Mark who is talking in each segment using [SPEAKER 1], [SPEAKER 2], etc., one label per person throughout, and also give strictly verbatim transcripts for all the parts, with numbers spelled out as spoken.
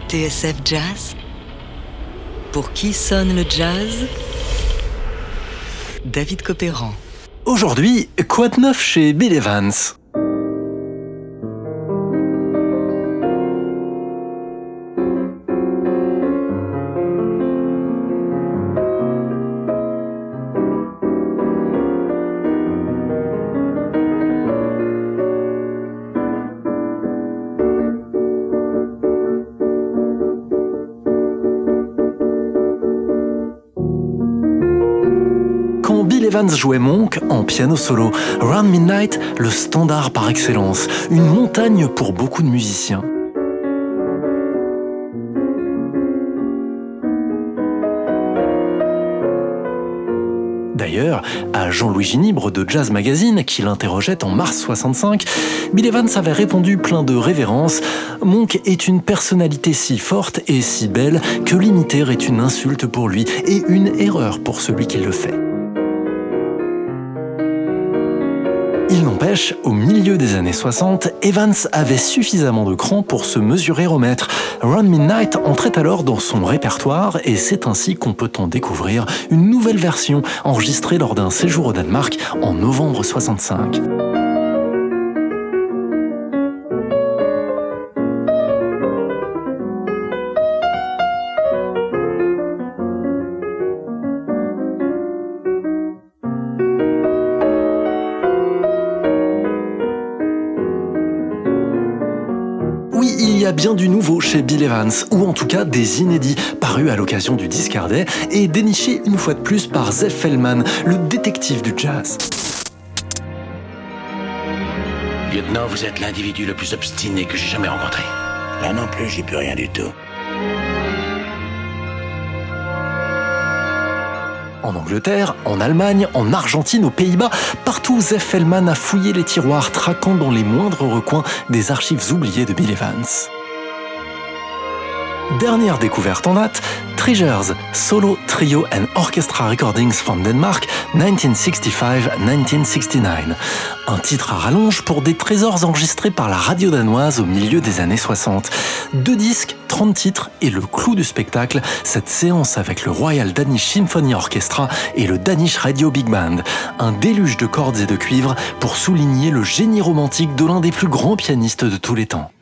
[SPEAKER 1] T S F Jazz. Pour qui sonne le jazz? David Copéran.
[SPEAKER 2] Aujourd'hui, quoi de neuf chez Bill Evans? Quand Bill Evans jouait Monk en piano solo, Round Midnight, le standard par excellence, une montagne pour beaucoup de musiciens. D'ailleurs, à Jean-Louis Ginibre de Jazz Magazine, qui l'interrogeait en mars soixante-cinq, Bill Evans avait répondu plein de révérence « Monk est une personnalité si forte et si belle que l'imiter est une insulte pour lui et une erreur pour celui qui le fait ». Il n'empêche, au milieu des années soixante, Evans avait suffisamment de cran pour se mesurer au maître. Round Midnight entrait alors dans son répertoire et c'est ainsi qu'on peut en découvrir une nouvelle version enregistrée lors d'un séjour au Danemark en novembre soixante-cinq. Oui, il y a bien du nouveau chez Bill Evans, ou en tout cas des inédits, parus à l'occasion du Discardet et dénichés une fois de plus par Zev Feldman, le détective du jazz.
[SPEAKER 3] Lieutenant, vous êtes l'individu le plus obstiné que j'ai jamais rencontré.
[SPEAKER 4] Là non plus, j'y peux rien du tout.
[SPEAKER 2] En Angleterre, en Allemagne, en Argentine, aux Pays-Bas, partout Zev Feldman a fouillé les tiroirs, traquant dans les moindres recoins des archives oubliées de Bill Evans. Dernière découverte en date, Treasures, Solo Trio and Orchestra Recordings from Denmark, dix-neuf sixty-five to dix-neuf sixty-nine. Un titre à rallonge pour des trésors enregistrés par la radio danoise au milieu des années soixante. Deux disques, trente titres et le clou du spectacle, cette séance avec le Royal Danish Symphony Orchestra et le Danish Radio Big Band. Un déluge de cordes et de cuivre pour souligner le génie romantique de l'un des plus grands pianistes de tous les temps.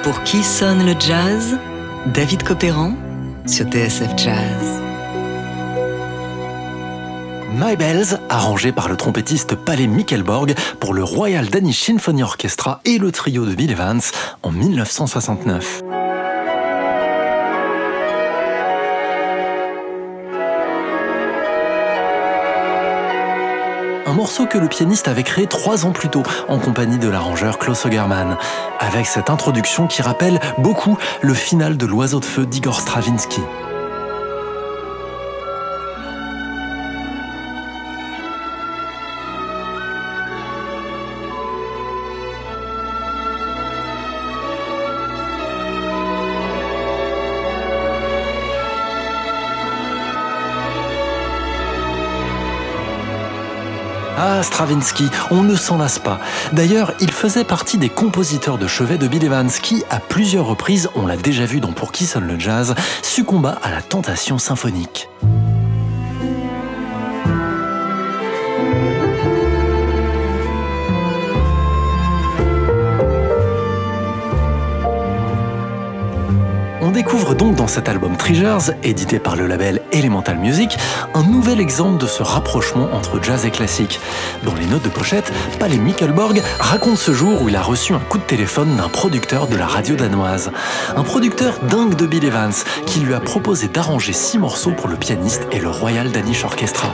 [SPEAKER 1] Pour qui sonne le jazz? David Copéran sur T S F Jazz.
[SPEAKER 2] My Bells, arrangé par le trompettiste Palais Mikkelborg pour le Royal Danish Symphony Orchestra et le trio de Bill Evans en mille neuf cent soixante-neuf. Un morceau que le pianiste avait créé trois ans plus tôt en compagnie de l'arrangeur Klaus Ogerman, avec cette introduction qui rappelle beaucoup le final de l'Oiseau de feu d'Igor Stravinsky. Ah, Stravinsky, on ne s'en lasse pas. D'ailleurs, il faisait partie des compositeurs de chevet de Bill Evans qui, à plusieurs reprises, on l'a déjà vu dans Pour qui sonne le jazz, succomba à la tentation symphonique. On découvre donc dans cet album Treasures, édité par le label Elemental Music, un nouvel exemple de ce rapprochement entre jazz et classique. Dans les notes de pochette, Palais Mikkelborg raconte ce jour où il a reçu un coup de téléphone d'un producteur de la radio danoise. Un producteur dingue de Bill Evans, qui lui a proposé d'arranger six morceaux pour le pianiste et le Royal Danish Orchestra.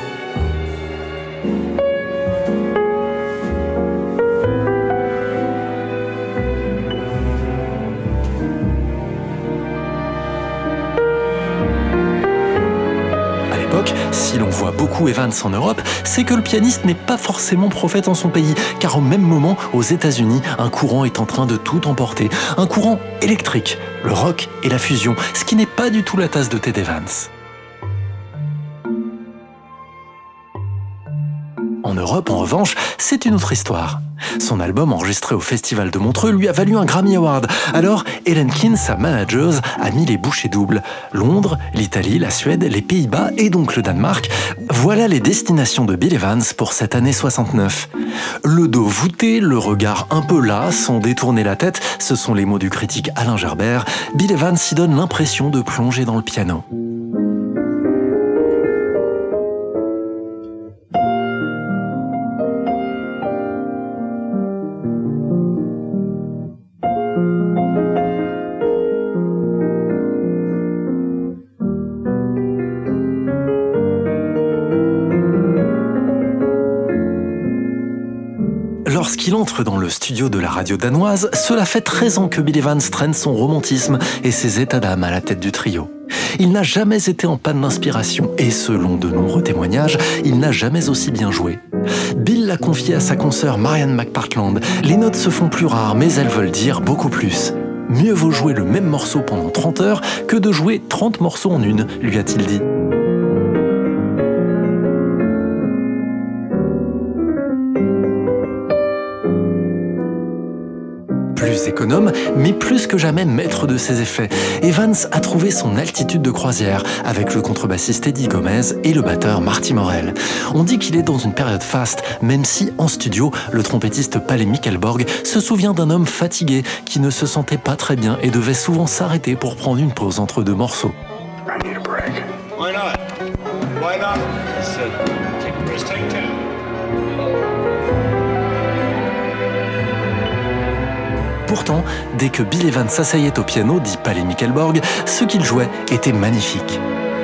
[SPEAKER 2] Si l'on voit beaucoup Evans en Europe, c'est que le pianiste n'est pas forcément prophète en son pays, car au même moment, aux États-Unis, un courant est en train de tout emporter. Un courant électrique, le rock et la fusion, ce qui n'est pas du tout la tasse de thé d'Evans. En Europe, en revanche, c'est une autre histoire. Son album enregistré au Festival de Montreux lui a valu un Grammy Award. Alors, Helen Keen, sa manageuse, a mis les bouchées doubles. Londres, l'Italie, la Suède, les Pays-Bas et donc le Danemark. Voilà les destinations de Bill Evans pour cette année soixante-neuf. Le dos voûté, le regard un peu las, sans détourner la tête, ce sont les mots du critique Alain Gerbert. Bill Evans s'y donne l'impression de plonger dans le piano. Lorsqu'il entre dans le studio de la radio danoise, cela fait treize ans que Bill Evans traîne son romantisme et ses états d'âme à la tête du trio. Il n'a jamais été en panne d'inspiration et selon de nombreux témoignages, il n'a jamais aussi bien joué. Bill l'a confié à sa consoeur Marianne McPartland. Les notes se font plus rares, mais elles veulent dire beaucoup plus. Mieux vaut jouer le même morceau pendant trente heures que de jouer trente morceaux en une, lui a-t-il dit. Plus économe, mais plus que jamais maître de ses effets, Evans a trouvé son altitude de croisière avec le contrebassiste Eddie Gomez et le batteur Marty Morell. On dit qu'il est dans une période faste, même si, en studio, le trompettiste Palais Mikkelborg se souvient d'un homme fatigué qui ne se sentait pas très bien et devait souvent s'arrêter pour prendre une pause entre deux morceaux.
[SPEAKER 4] I need a break.
[SPEAKER 5] Why not? Why not? So, take a rest, take two.
[SPEAKER 2] Pourtant, dès que Bill Evans s'asseyait au piano, dit Palais Mikkelborg, ce qu'il jouait était magnifique.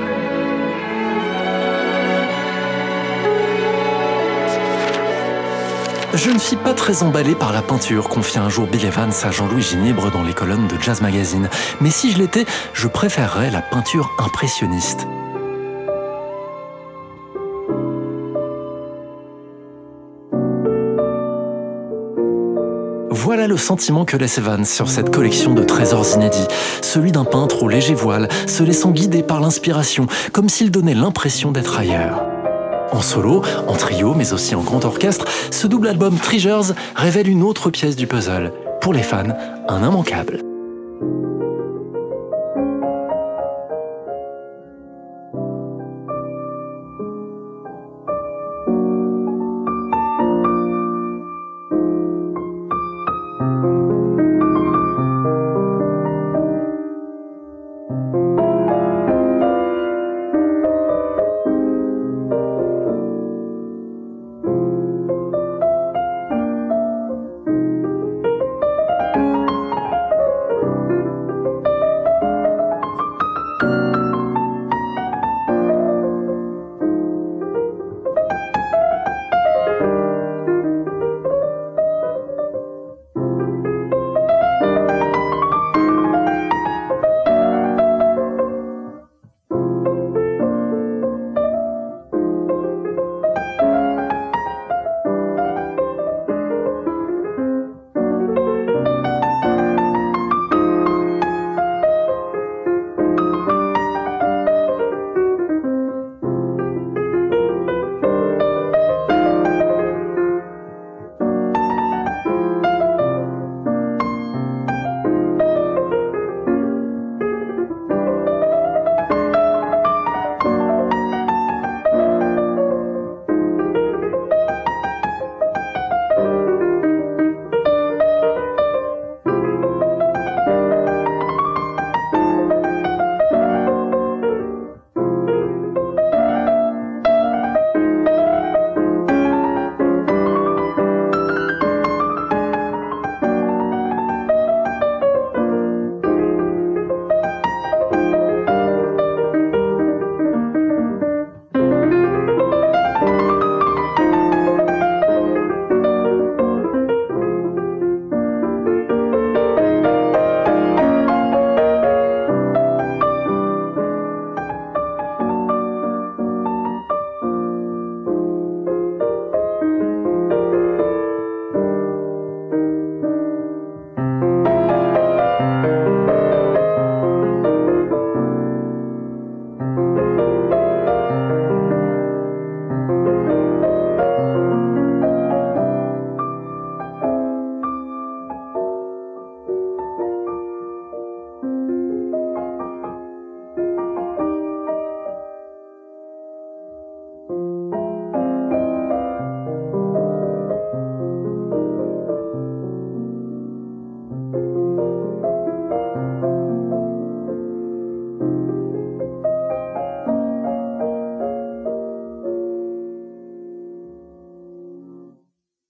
[SPEAKER 2] Je ne suis pas très emballé par la peinture, confie un jour Bill Evans à Jean-Louis Ginibre dans les colonnes de Jazz Magazine. Mais si je l'étais, je préférerais la peinture impressionniste. Voilà le sentiment que laisse Evans sur cette collection de trésors inédits, celui d'un peintre au léger voile, se laissant guider par l'inspiration, comme s'il donnait l'impression d'être ailleurs. En solo, en trio, mais aussi en grand orchestre, ce double album Treasures révèle une autre pièce du puzzle. Pour les fans, un immanquable.